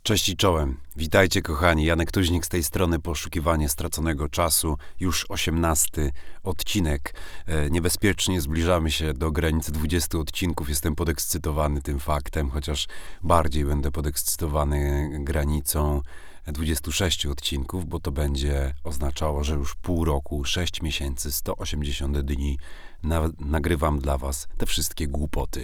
Cześć i czołem. Witajcie kochani, Janek Tuźnik z tej strony Poszukiwanie Straconego Czasu. Już 18 odcinek. Niebezpiecznie zbliżamy się do granicy 20 odcinków. Jestem podekscytowany tym faktem, chociaż bardziej będę podekscytowany granicą 26 odcinków, bo to będzie oznaczało, że już pół roku, 6 miesięcy, 180 dni nagrywam dla was te wszystkie głupoty.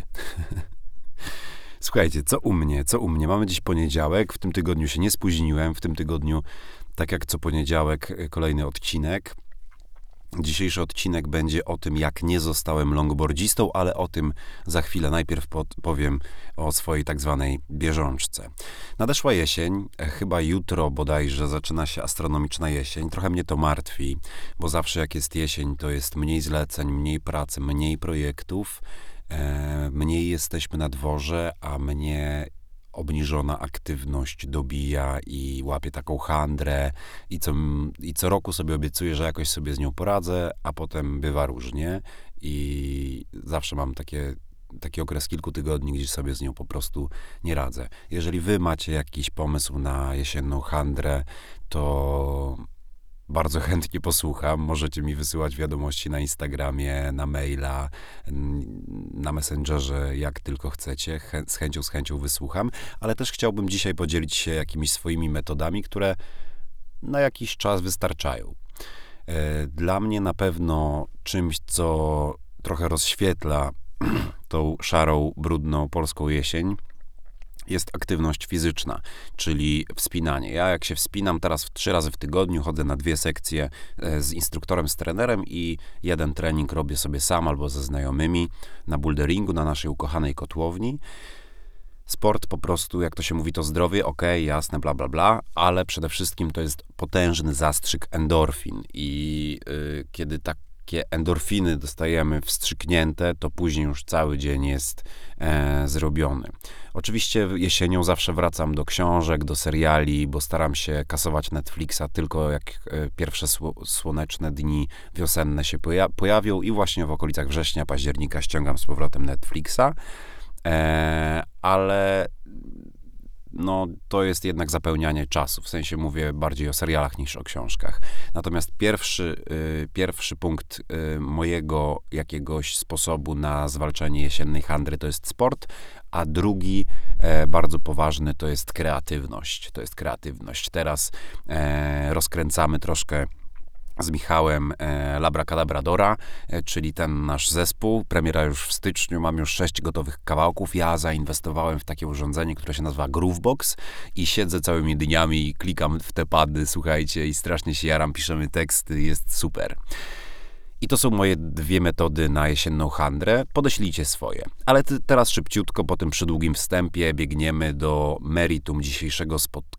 Słuchajcie, co u mnie? Mamy dziś poniedziałek, w tym tygodniu się nie spóźniłem, w tym tygodniu, tak jak co poniedziałek, kolejny odcinek. Dzisiejszy odcinek będzie o tym, jak nie zostałem longboardzistą, ale o tym za chwilę. Najpierw powiem o swojej tak zwanej bieżączce. Nadeszła jesień, chyba jutro bodajże zaczyna się astronomiczna jesień. Trochę mnie to martwi, bo zawsze jak jest jesień, to jest mniej zleceń, mniej pracy, mniej projektów. Mniej jesteśmy na dworze, a mnie obniżona aktywność dobija i łapię taką handrę i co roku sobie obiecuję, że jakoś sobie z nią poradzę, a potem bywa różnie i zawsze mam taki okres kilku tygodni, gdzie sobie z nią po prostu nie radzę. Jeżeli wy macie jakiś pomysł na jesienną handrę, to bardzo chętnie posłucham. Możecie mi wysyłać wiadomości na Instagramie, na maila, na Messengerze, jak tylko chcecie. Z chęcią wysłucham, ale też chciałbym dzisiaj podzielić się jakimiś swoimi metodami, które na jakiś czas wystarczają. Dla mnie na pewno czymś, co trochę rozświetla tą szarą, brudną polską jesień, jest aktywność fizyczna, czyli wspinanie. Ja jak się wspinam teraz 3 razy w tygodniu, chodzę na 2 sekcje z instruktorem, z trenerem i jeden trening robię sobie sam albo ze znajomymi na boulderingu, na naszej ukochanej kotłowni. Sport po prostu, jak to się mówi, to zdrowie, okej, jasne, bla, bla, bla, ale przede wszystkim to jest potężny zastrzyk endorfin i kiedy takie endorfiny dostajemy wstrzyknięte, to później już cały dzień jest zrobiony. Oczywiście jesienią zawsze wracam do książek, do seriali, bo staram się kasować Netflixa tylko jak pierwsze słoneczne dni wiosenne się pojawią i właśnie w okolicach września, października ściągam z powrotem Netflixa, ale no, to jest jednak zapełnianie czasu, w sensie mówię bardziej o serialach niż o książkach. Natomiast pierwszy punkt mojego jakiegoś sposobu na zwalczanie jesiennej handry to jest sport, a drugi, bardzo poważny, to jest kreatywność. Teraz rozkręcamy troszkę z Michałem Labracadabradora, czyli ten nasz zespół. Premiera już w styczniu, mam już 6 gotowych kawałków. Ja zainwestowałem w takie urządzenie, które się nazywa Groovebox i siedzę całymi dniami i klikam w te pady, słuchajcie, i strasznie się jaram, piszemy teksty, jest super. I to są moje 2 metody na jesienną handrę. Podeślijcie swoje. Ale teraz szybciutko, po tym przydługim wstępie, biegniemy do meritum dzisiejszego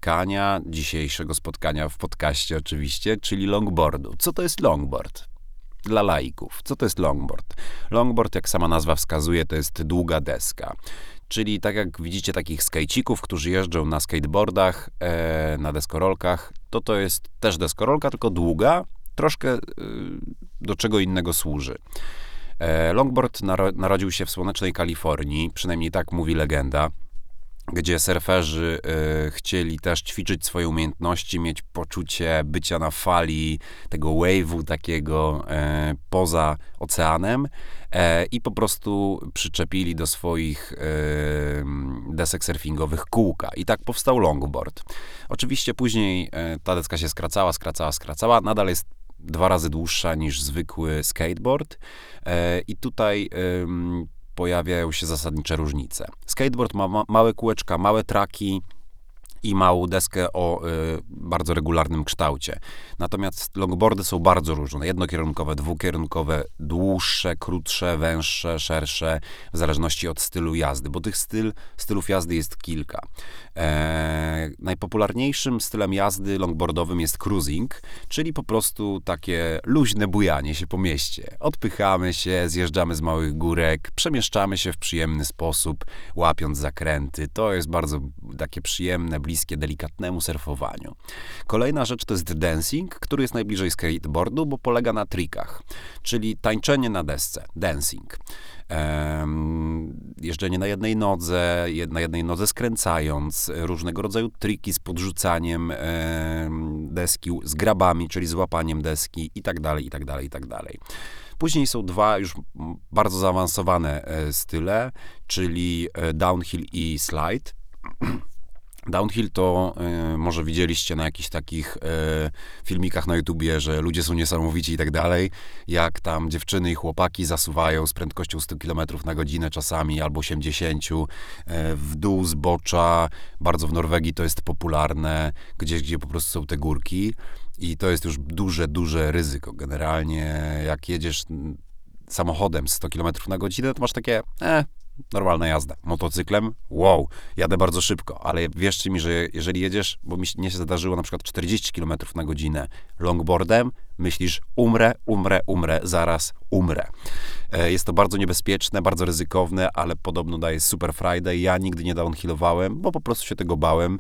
spotkania w podcaście oczywiście, czyli longboardu. Co to jest longboard? Dla laików. Co to jest longboard? Longboard, jak sama nazwa wskazuje, to jest długa deska. Czyli tak jak widzicie takich skejcików, którzy jeżdżą na skateboardach, na deskorolkach, to jest też deskorolka, tylko długa, troszkę do czego innego służy. Longboard narodził się w słonecznej Kalifornii, przynajmniej tak mówi legenda, gdzie surferzy chcieli też ćwiczyć swoje umiejętności, mieć poczucie bycia na fali, tego wave'u takiego poza oceanem i po prostu przyczepili do swoich desek surfingowych kółka. I tak powstał longboard. Oczywiście później ta deska się skracała, nadal jest 2 razy dłuższa niż zwykły skateboard i tutaj pojawiają się zasadnicze różnice. Skateboard ma małe kółeczka, małe traki i małą deskę o bardzo regularnym kształcie. Natomiast longboardy są bardzo różne. Jednokierunkowe, dwukierunkowe, dłuższe, krótsze, węższe, szersze, w zależności od stylu jazdy, bo tych stylów jazdy jest kilka. Najpopularniejszym stylem jazdy longboardowym jest cruising, czyli po prostu takie luźne bujanie się po mieście. Odpychamy się, zjeżdżamy z małych górek, przemieszczamy się w przyjemny sposób, łapiąc zakręty. To jest bardzo takie przyjemne, bliskie, delikatnemu surfowaniu. Kolejna rzecz to jest dancing, który jest najbliżej skateboardu, bo polega na trickach, czyli tańczenie na desce, dancing. jeżdżenie na jednej nodze skręcając, różnego rodzaju triki z podrzucaniem deski, z grabami, czyli z łapaniem deski i tak dalej, i tak dalej, i tak dalej. Później są dwa już bardzo zaawansowane style, czyli downhill i slide. Downhill to może widzieliście na jakichś takich filmikach na YouTubie, że ludzie są niesamowici i tak dalej, jak tam dziewczyny i chłopaki zasuwają z prędkością 100 km na godzinę czasami, albo 80 w dół zbocza. Bardzo w Norwegii to jest popularne, gdzieś, gdzie po prostu są te górki i to jest już duże ryzyko. Generalnie jak jedziesz samochodem 100 km na godzinę, to masz takie normalna jazda. Motocyklem, wow, jadę bardzo szybko, ale wierzcie mi, że jeżeli jedziesz, bo mnie się zdarzyło na przykład 40 km na godzinę longboardem, myślisz, umrę, zaraz umrę. Jest to bardzo niebezpieczne, bardzo ryzykowne, ale podobno daje super frajdę. Ja nigdy nie downhillowałem, bo po prostu się tego bałem.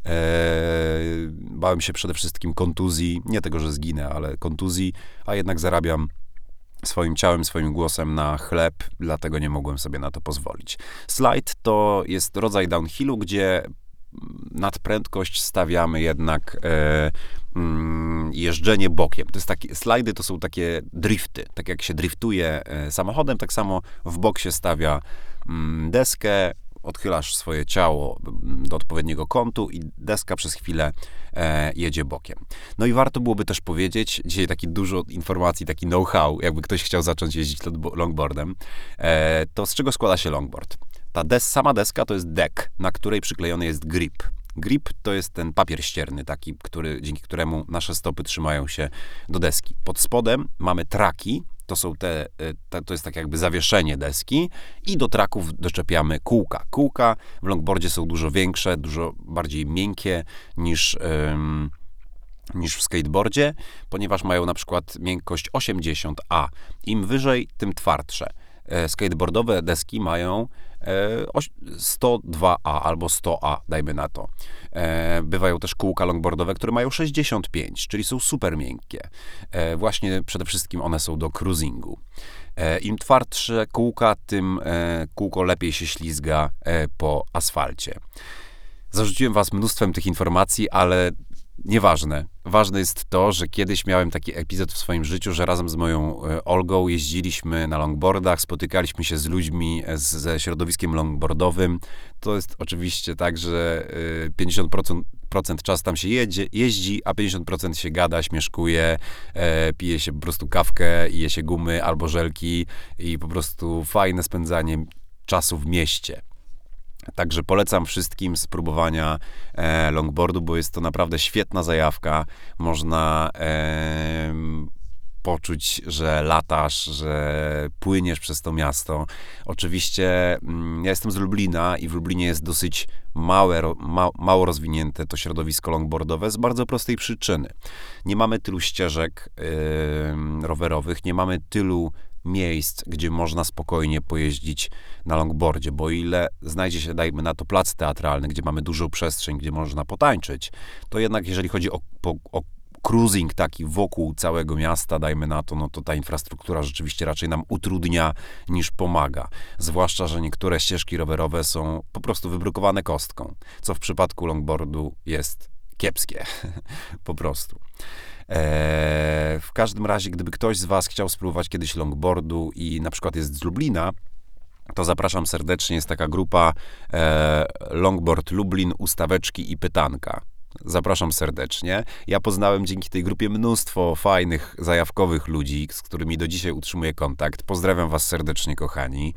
Bałem się przede wszystkim kontuzji, nie tego, że zginę, ale kontuzji, a jednak zarabiam swoim ciałem, swoim głosem na chleb, dlatego nie mogłem sobie na to pozwolić. Slide to jest rodzaj downhillu, gdzie nad prędkość stawiamy jednak jeżdżenie bokiem. To jest takie, slajdy to są takie drifty. Tak jak się driftuje samochodem, tak samo w bok się stawia deskę, odchylasz swoje ciało do odpowiedniego kątu i deska przez chwilę jedzie bokiem. No i warto byłoby też powiedzieć, dzisiaj taki dużo informacji, taki know-how, jakby ktoś chciał zacząć jeździć longboardem, to z czego składa się longboard? Sama deska to jest deck, na której przyklejony jest grip. Grip to jest ten papier ścierny, taki, dzięki któremu nasze stopy trzymają się do deski. Pod spodem mamy traki, to jest tak jakby zawieszenie deski i do traków doczepiamy kółka. Kółka w longboardzie są dużo większe, dużo bardziej miękkie niż w skateboardzie, ponieważ mają na przykład miękkość 80A. Im wyżej, tym twardsze. Skateboardowe deski mają 102A albo 100A, dajmy na to. Bywają też kółka longboardowe, które mają 65, czyli są super miękkie. Właśnie przede wszystkim one są do cruisingu. Im twardsze kółka, tym kółko lepiej się ślizga po asfalcie. Zarzuciłem was mnóstwem tych informacji, ale nieważne. Ważne jest to, że kiedyś miałem taki epizod w swoim życiu, że razem z moją Olgą jeździliśmy na longboardach, spotykaliśmy się z ludźmi ze środowiskiem longboardowym. To jest oczywiście tak, że 50% czasu tam się jeździ, a 50% się gada, śmieszkuje, pije się po prostu kawkę i je się gumy albo żelki i po prostu fajne spędzanie czasu w mieście. Także polecam wszystkim spróbowania longboardu, bo jest to naprawdę świetna zajawka. Można poczuć, że latasz, że płyniesz przez to miasto. Oczywiście ja jestem z Lublina i w Lublinie jest dosyć mało rozwinięte to środowisko longboardowe z bardzo prostej przyczyny. Nie mamy tylu ścieżek rowerowych, nie mamy tylu miejsc, gdzie można spokojnie pojeździć na longboardzie, bo ile znajdzie się, dajmy na to, plac teatralny, gdzie mamy dużą przestrzeń, gdzie można potańczyć, to jednak jeżeli chodzi o cruising taki wokół całego miasta, dajmy na to, no to ta infrastruktura rzeczywiście raczej nam utrudnia niż pomaga. Zwłaszcza, że niektóre ścieżki rowerowe są po prostu wybrukowane kostką, co w przypadku longboardu jest kiepskie. Po prostu. W każdym razie, gdyby ktoś z was chciał spróbować kiedyś longboardu i na przykład jest z Lublina, to zapraszam serdecznie. Jest taka grupa Longboard Lublin, ustaweczki i pytanka. Zapraszam serdecznie. Ja poznałem dzięki tej grupie mnóstwo fajnych, zajawkowych ludzi, z którymi do dzisiaj utrzymuję kontakt. Pozdrawiam was serdecznie, kochani.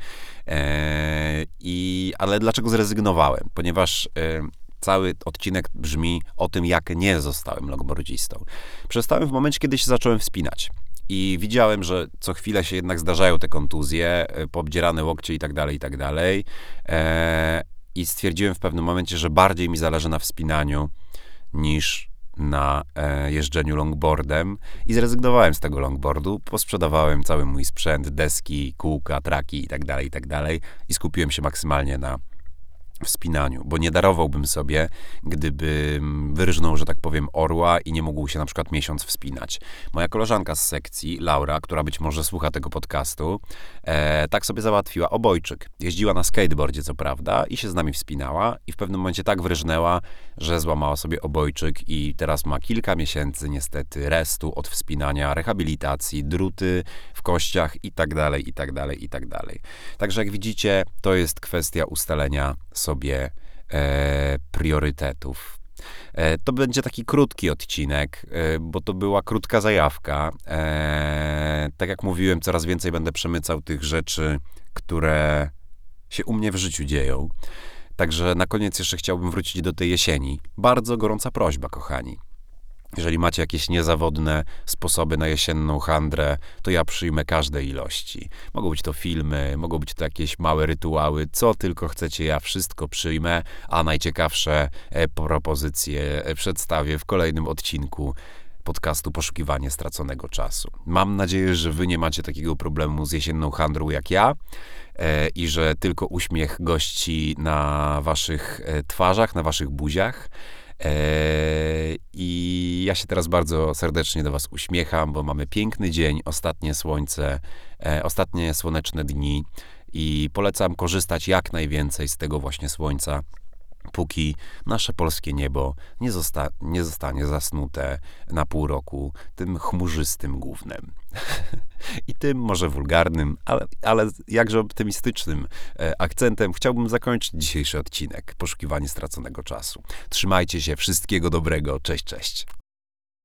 Ale dlaczego zrezygnowałem? Ponieważ cały odcinek brzmi o tym, jak nie zostałem longboardzistą. Przestałem w momencie, kiedy się zacząłem wspinać. I widziałem, że co chwilę się jednak zdarzają te kontuzje, poobdzierane łokcie i tak dalej. I stwierdziłem w pewnym momencie, że bardziej mi zależy na wspinaniu niż na jeżdżeniu longboardem i zrezygnowałem z tego longboardu, posprzedawałem cały mój sprzęt, deski, kółka, traki i tak dalej i skupiłem się maksymalnie na wspinaniu, bo nie darowałbym sobie, gdybym wyrżnął, że tak powiem, orła i nie mógł się na przykład miesiąc wspinać. Moja koleżanka z sekcji, Laura, która być może słucha tego podcastu, tak sobie załatwiła obojczyk. Jeździła na skateboardzie, co prawda, i się z nami wspinała i w pewnym momencie tak wyrżnęła, że złamała sobie obojczyk i teraz ma kilka miesięcy niestety restu od wspinania, rehabilitacji, druty w kościach i tak dalej, i tak dalej, i tak dalej. Także jak widzicie, to jest kwestia ustalenia sobie priorytetów. To będzie taki krótki odcinek, bo to była krótka zajawka. Tak jak mówiłem, coraz więcej będę przemycał tych rzeczy, które się u mnie w życiu dzieją. Także na koniec jeszcze chciałbym wrócić do tej jesieni. Bardzo gorąca prośba, kochani. Jeżeli macie jakieś niezawodne sposoby na jesienną handrę, to ja przyjmę każdej ilości. Mogą być to filmy, mogą być to jakieś małe rytuały, co tylko chcecie, ja wszystko przyjmę, a najciekawsze propozycje przedstawię w kolejnym odcinku podcastu Poszukiwanie straconego czasu. Mam nadzieję, że wy nie macie takiego problemu z jesienną handrą jak ja i że tylko uśmiech gości na waszych twarzach, na waszych buziach. I ja się teraz bardzo serdecznie do was uśmiecham, bo mamy piękny dzień, ostatnie słońce, ostatnie słoneczne dni i polecam korzystać jak najwięcej z tego właśnie słońca, póki nasze polskie niebo nie zostanie zasnute na pół roku tym chmurzystym gównem. I tym może wulgarnym, ale jakże optymistycznym akcentem chciałbym zakończyć dzisiejszy odcinek Poszukiwanie straconego czasu. Trzymajcie się, wszystkiego dobrego, cześć, cześć.